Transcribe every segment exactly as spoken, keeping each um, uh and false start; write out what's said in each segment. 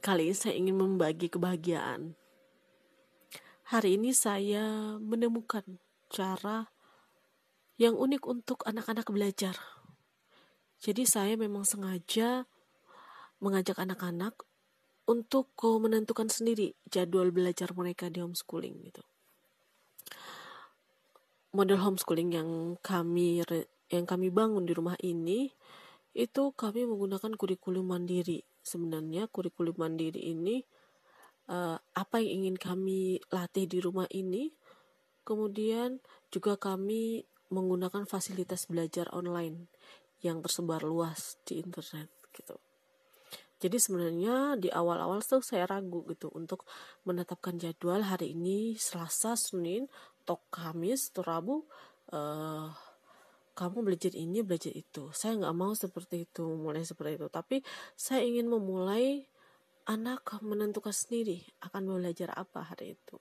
Kali ini saya ingin membagi kebahagiaan. Hari ini saya menemukan cara yang unik untuk anak-anak belajar. Jadi saya memang sengaja mengajak anak-anak untuk menentukan sendiri jadwal belajar mereka di homeschooling gitu. Model homeschooling yang kami yang kami bangun di rumah ini itu kami menggunakan kurikulum mandiri. Sebenarnya kurikulum mandiri ini uh, apa yang ingin kami latih di rumah ini. Kemudian juga kami menggunakan fasilitas belajar online yang tersebar luas di internet gitu. Jadi sebenarnya di awal-awal tuh saya ragu gitu untuk menetapkan jadwal hari ini Selasa, Senin, atau Kamis, atau Rabu uh, kamu belajar ini, belajar itu. Saya nggak mau seperti itu, mulai seperti itu. Tapi saya ingin memulai anak menentukan sendiri akan belajar apa hari itu.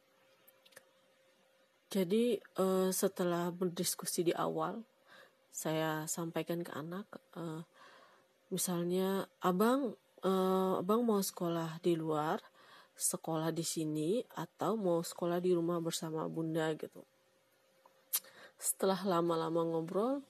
Jadi uh, setelah berdiskusi di awal, saya sampaikan ke anak, uh, misalnya abang, uh, abang mau sekolah di luar, sekolah di sini, atau mau sekolah di rumah bersama bunda gitu. Setelah lama-lama ngobrol,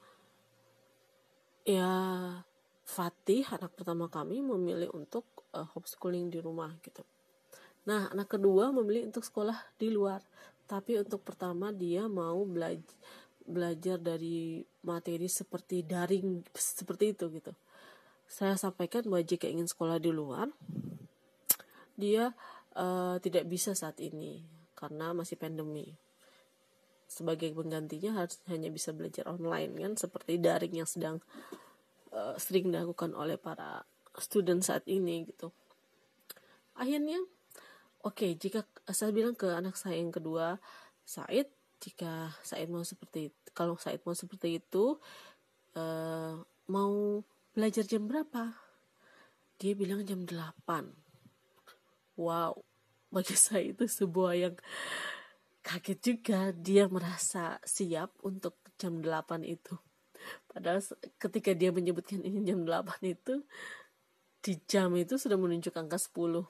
ya Fatih, anak pertama kami, memilih untuk uh, homeschooling di rumah gitu. Nah, anak kedua memilih untuk sekolah di luar. Tapi untuk pertama dia mau belajar belajar dari materi seperti daring seperti itu gitu. Saya sampaikan bahwa jika ingin sekolah di luar, dia uh, tidak bisa saat ini karena masih pandemi. Sebagai penggantinya harus hanya bisa belajar online kan, seperti daring yang sedang uh, sering dilakukan oleh para student saat ini gitu. Akhirnya Oke, okay, jika saya bilang ke anak saya yang kedua, Said, jika Said mau seperti itu, kalau Said mau seperti itu, uh, mau belajar jam berapa? Dia bilang jam delapan. Wow, bagi saya itu sebuah yang kaget juga. Dia merasa siap untuk jam delapan itu. Padahal ketika dia menyebutkan ini jam delapan itu, di jam itu sudah menunjuk angka sepuluh.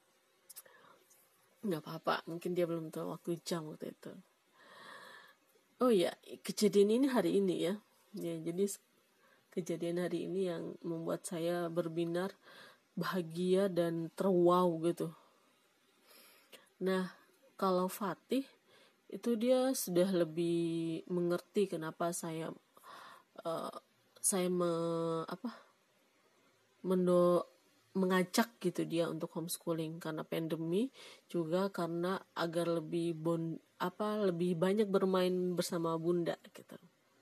Nggak apa-apa, mungkin dia belum tahu waktu jam waktu itu. Oh ya, kejadian ini hari ini ya. Ya, jadi kejadian hari ini yang membuat saya berbinar, bahagia dan terwow gitu. Nah, kalau Fatih itu dia sudah lebih mengerti kenapa saya uh, saya me, apa mendo mengajak gitu dia untuk homeschooling karena pandemi, juga karena agar lebih bon apa lebih banyak bermain bersama bunda gitu.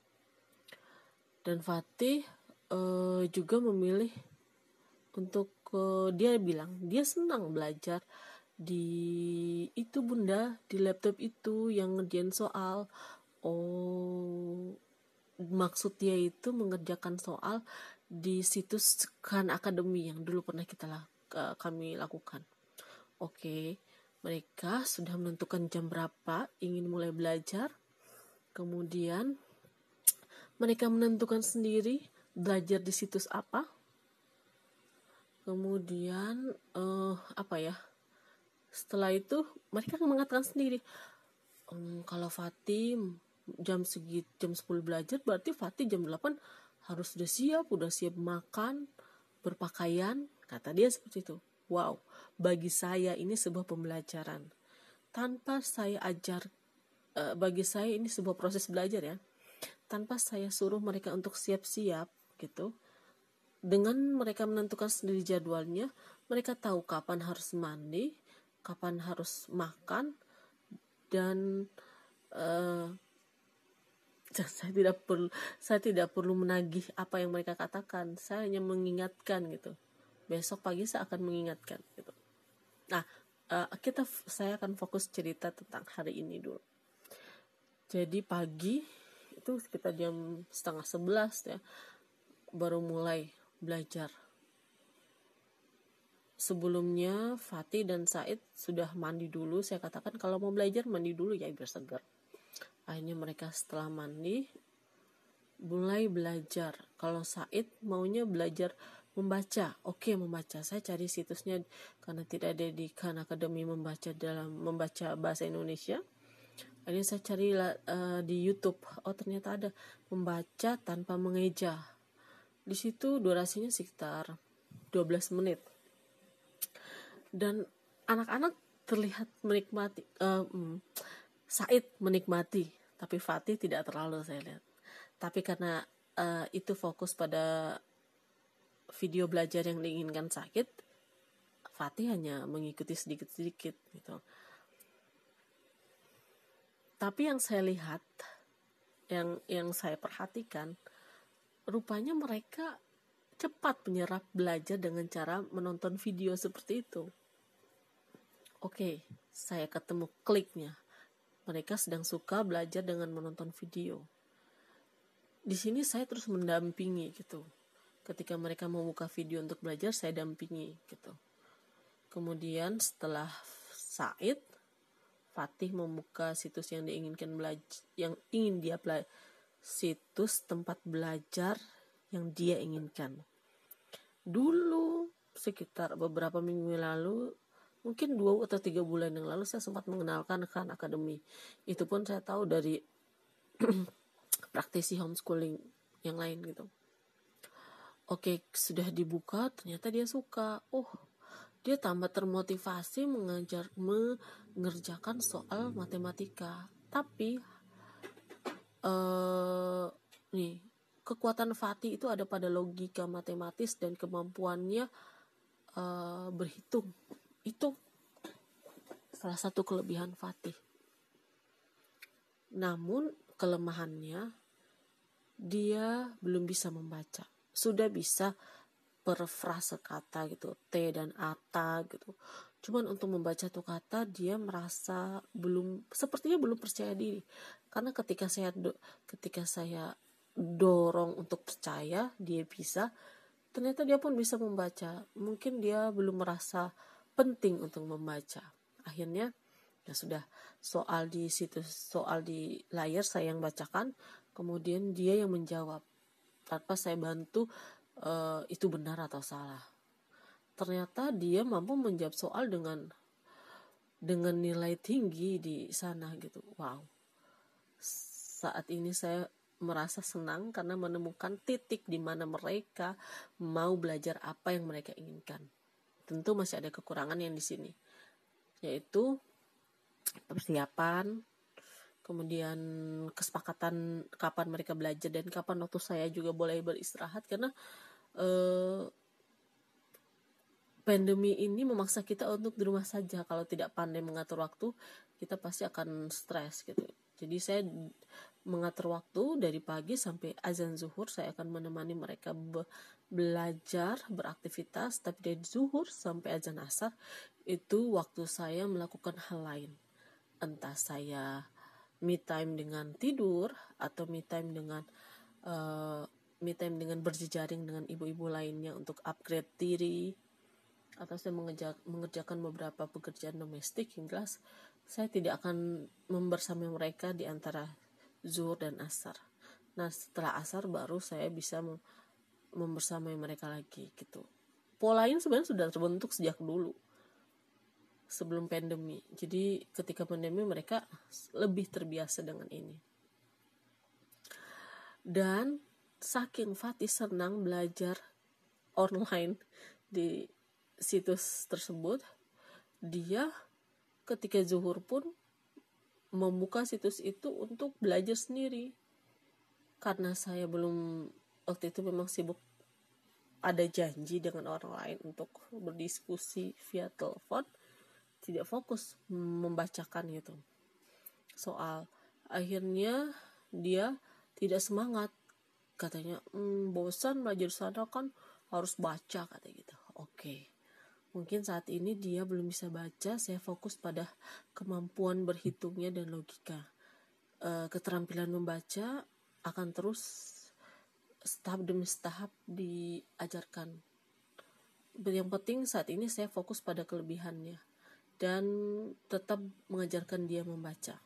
Dan Fatih uh, juga memilih untuk uh, dia bilang dia senang belajar di itu bunda, di laptop itu yang ngerjain soal. Oh, maksud dia itu mengerjakan soal di situs Khan Academy yang dulu pernah kita lah, uh, kami lakukan. Oke, okay. Mereka sudah menentukan jam berapa ingin mulai belajar. Kemudian mereka menentukan sendiri belajar di situs apa. Kemudian uh, apa ya? Setelah itu mereka mengatakan sendiri, ehm, kalau Fatih jam segi jam sepuluh belajar, berarti Fatih jam delapan harus sudah siap, udah siap makan, berpakaian, kata dia seperti itu. Wow, bagi saya ini sebuah pembelajaran. Tanpa saya ajar, uh, bagi saya ini sebuah proses belajar ya. Tanpa saya suruh mereka untuk siap-siap gitu. Dengan mereka menentukan sendiri jadwalnya, mereka tahu kapan harus mandi, kapan harus makan, dan uh, saya tidak perlu saya tidak perlu menagih apa yang mereka katakan. Saya hanya mengingatkan gitu. Besok pagi saya akan mengingatkan gitu. Nah, uh, kita saya akan fokus cerita tentang hari ini dulu. Jadi pagi itu sekitar jam setengah sebelas ya, baru mulai belajar. Sebelumnya Fatih dan Said sudah mandi dulu. Saya katakan kalau mau belajar mandi dulu ya biar segar. Akhirnya mereka setelah mandi mulai belajar. Kalau Said maunya belajar membaca. Oke, membaca. Saya cari situsnya karena tidak ada di Khan Academy membaca dalam membaca bahasa Indonesia. Ini saya cari uh, di YouTube. Oh, ternyata ada membaca tanpa mengeja. Di situ durasinya sekitar dua belas menit. Dan anak-anak terlihat menikmati, uh, um, Said menikmati, tapi Fatih tidak terlalu saya lihat. Tapi karena uh, itu fokus pada video belajar yang diinginkan Said, Fatih hanya mengikuti sedikit-sedikit gitu. Tapi yang saya lihat, yang yang saya perhatikan, rupanya mereka cepat menyerap belajar dengan cara menonton video seperti itu. Oke, saya ketemu kliknya. Mereka sedang suka belajar dengan menonton video. Di sini saya terus mendampingi gitu. Ketika mereka membuka video untuk belajar, saya dampingi gitu. Kemudian setelah Said, Fatih membuka situs yang diinginkan belajar, yang ingin dia belajar, situs tempat belajar yang dia inginkan. Dulu sekitar beberapa minggu lalu, mungkin dua atau tiga bulan yang lalu, saya sempat mengenalkan Khan Academy. Itu pun saya tahu dari praktisi homeschooling yang lain gitu. Oke, sudah dibuka, ternyata dia suka. Oh, dia tambah termotivasi mengajar, mengerjakan soal matematika. Tapi, uh, nih, kekuatan Fatih itu ada pada logika matematis dan kemampuannya uh, berhitung. Itu salah satu kelebihan Fatih. Namun, kelemahannya, dia belum bisa membaca. Sudah bisa per frase kata gitu, T dan ata gitu. Cuman untuk membaca tuh kata dia merasa belum, sepertinya belum percaya diri. Karena ketika saya do, ketika saya dorong untuk percaya dia bisa, ternyata dia pun bisa membaca. Mungkin dia belum merasa penting untuk membaca. Akhirnya ya sudah, soal di situs, soal di layar saya yang bacakan, kemudian dia yang menjawab tanpa saya bantu uh, itu benar atau salah. Ternyata dia mampu menjawab soal dengan dengan nilai tinggi di sana gitu. Wow. Saat ini saya merasa senang karena menemukan titik di mana mereka mau belajar apa yang mereka inginkan. Tentu masih ada kekurangan yang di sini, yaitu persiapan, kemudian kesepakatan kapan mereka belajar dan kapan waktu saya juga boleh beristirahat, karena eh, pandemi ini memaksa kita untuk di rumah saja. Kalau tidak pandai mengatur waktu, kita pasti akan stres gitu. Jadi saya mengatur waktu dari pagi sampai azan zuhur, saya akan menemani mereka be- belajar, beraktivitas. Tapi dari zuhur sampai azan asar itu waktu saya melakukan hal lain. Entah saya me time dengan tidur atau me time dengan uh, me time dengan berjejaring dengan ibu-ibu lainnya untuk upgrade diri, atau saya mengerja, mengerjakan beberapa pekerjaan domestik. Yang jelas saya tidak akan membersamai mereka di antara zuhur dan asar. Nah, setelah asar baru saya bisa mem- membersamai mereka lagi gitu. Pola ini sebenarnya sudah terbentuk sejak dulu, sebelum pandemi. Jadi ketika pandemi mereka lebih terbiasa dengan ini. Dan saking Fatih senang belajar online di situs tersebut, dia ketika zuhur pun membuka situs itu untuk belajar sendiri. Karena saya belum, waktu itu memang sibuk ada janji dengan orang lain untuk berdiskusi via telepon, tidak fokus membacakan gitu soal. Akhirnya dia tidak semangat, katanya mmm, bosan belajar sana, kan harus baca, kata gitu. Oke, mungkin saat ini dia belum bisa baca, saya fokus pada kemampuan berhitungnya dan logika. E, keterampilan membaca akan terus tahap demi tahap diajarkan. Yang penting saat ini saya fokus pada kelebihannya dan tetap mengajarkan dia membaca.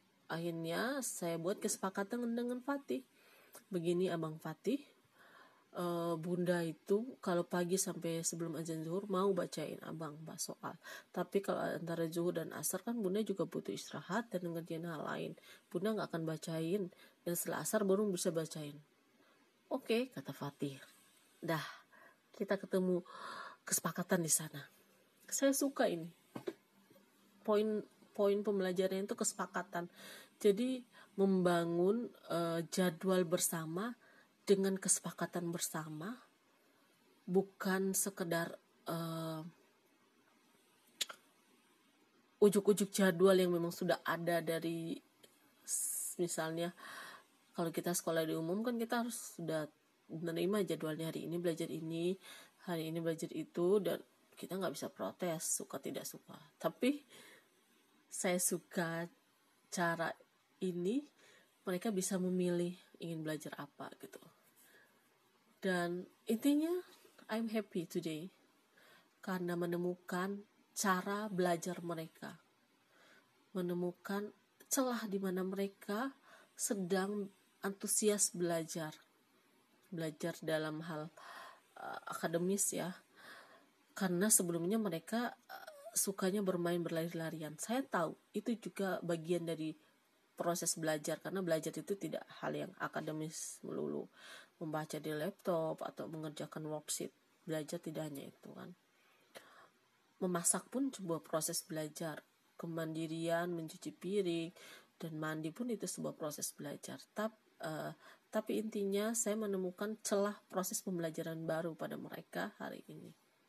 Akhirnya saya buat kesepakatan dengan Fatih. Begini Abang Fatih, uh, bunda itu kalau pagi sampai sebelum azan zuhur mau bacain abang mbak soal, tapi kalau antara zuhur dan asar kan bunda juga butuh istirahat dan ngerjain hal lain, bunda nggak akan bacain, dan setelah asar baru bisa bacain. Oke, kata Fatih. Dah, kita ketemu kesepakatan di sana. Saya suka ini. Poin poin pembelajaran itu kesepakatan. Jadi membangun uh, jadwal bersama dengan kesepakatan bersama, bukan sekedar uh, ujuk-ujuk jadwal yang memang sudah ada dari, misalnya kalau kita sekolah di umum kan kita harus sudah menerima jadwalnya, hari ini belajar ini, hari ini belajar itu, dan kita nggak bisa protes suka tidak suka. Tapi saya suka cara ini, mereka bisa memilih ingin belajar apa gitu. Dan intinya I'm happy today karena menemukan cara belajar mereka, menemukan celah di mana mereka sedang antusias belajar belajar dalam hal uh, akademis ya, karena sebelumnya mereka uh, sukanya bermain berlari-larian. Saya tahu itu juga bagian dari proses belajar, karena belajar itu tidak hal yang akademis melulu, membaca di laptop atau mengerjakan worksheet. Belajar tidak hanya itu kan, memasak pun sebuah proses belajar, kemandirian, mencuci piring dan mandi pun itu sebuah proses belajar. Tapi, uh, tapi intinya saya menemukan celah proses pembelajaran baru pada mereka hari ini.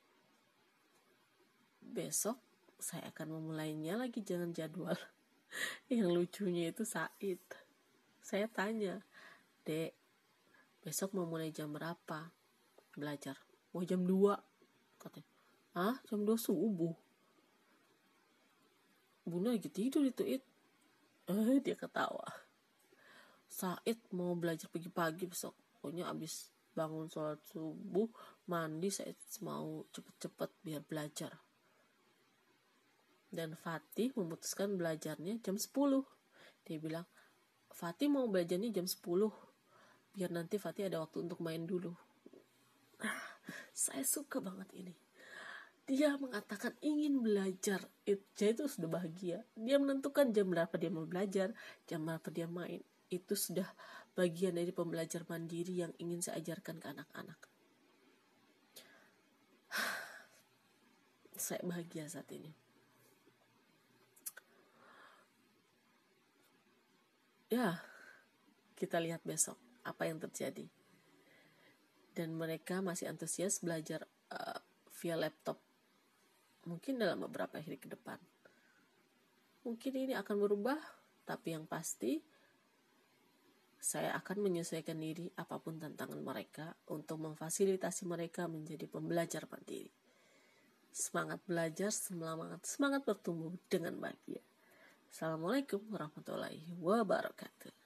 Besok saya akan memulainya lagi dengan jadwal. Yang lucunya itu Said, saya tanya, Dek, besok mau mulai jam berapa belajar? Mau jam dua, katanya. Ah, jam dua subuh? Bunda lagi tidur itu it. Eh, dia ketawa. Said mau belajar pagi-pagi besok, pokoknya abis bangun sholat subuh, mandi, Said mau cepet-cepet biar belajar. Dan Fatih memutuskan belajarnya jam sepuluh. Dia bilang, Fatih mau belajarnya jam sepuluh, biar nanti Fatih ada waktu untuk main dulu. Ah, saya suka banget ini. Dia mengatakan ingin belajar, itu itu sudah bahagia. Dia menentukan jam berapa dia mau belajar, jam berapa dia main. Itu sudah bagian dari pembelajar mandiri yang ingin saya ajarkan ke anak-anak. Saya bahagia saat ini. Ya, kita lihat besok apa yang terjadi. Dan mereka masih antusias belajar uh, via laptop. Mungkin dalam beberapa hari ke depan. Mungkin ini akan berubah, tapi yang pasti saya akan menyesuaikan diri apapun tantangan mereka untuk memfasilitasi mereka menjadi pembelajar mandiri. Semangat belajar, semangat, semangat bertumbuh dengan bahagia. Assalamualaikum warahmatullahi wabarakatuh.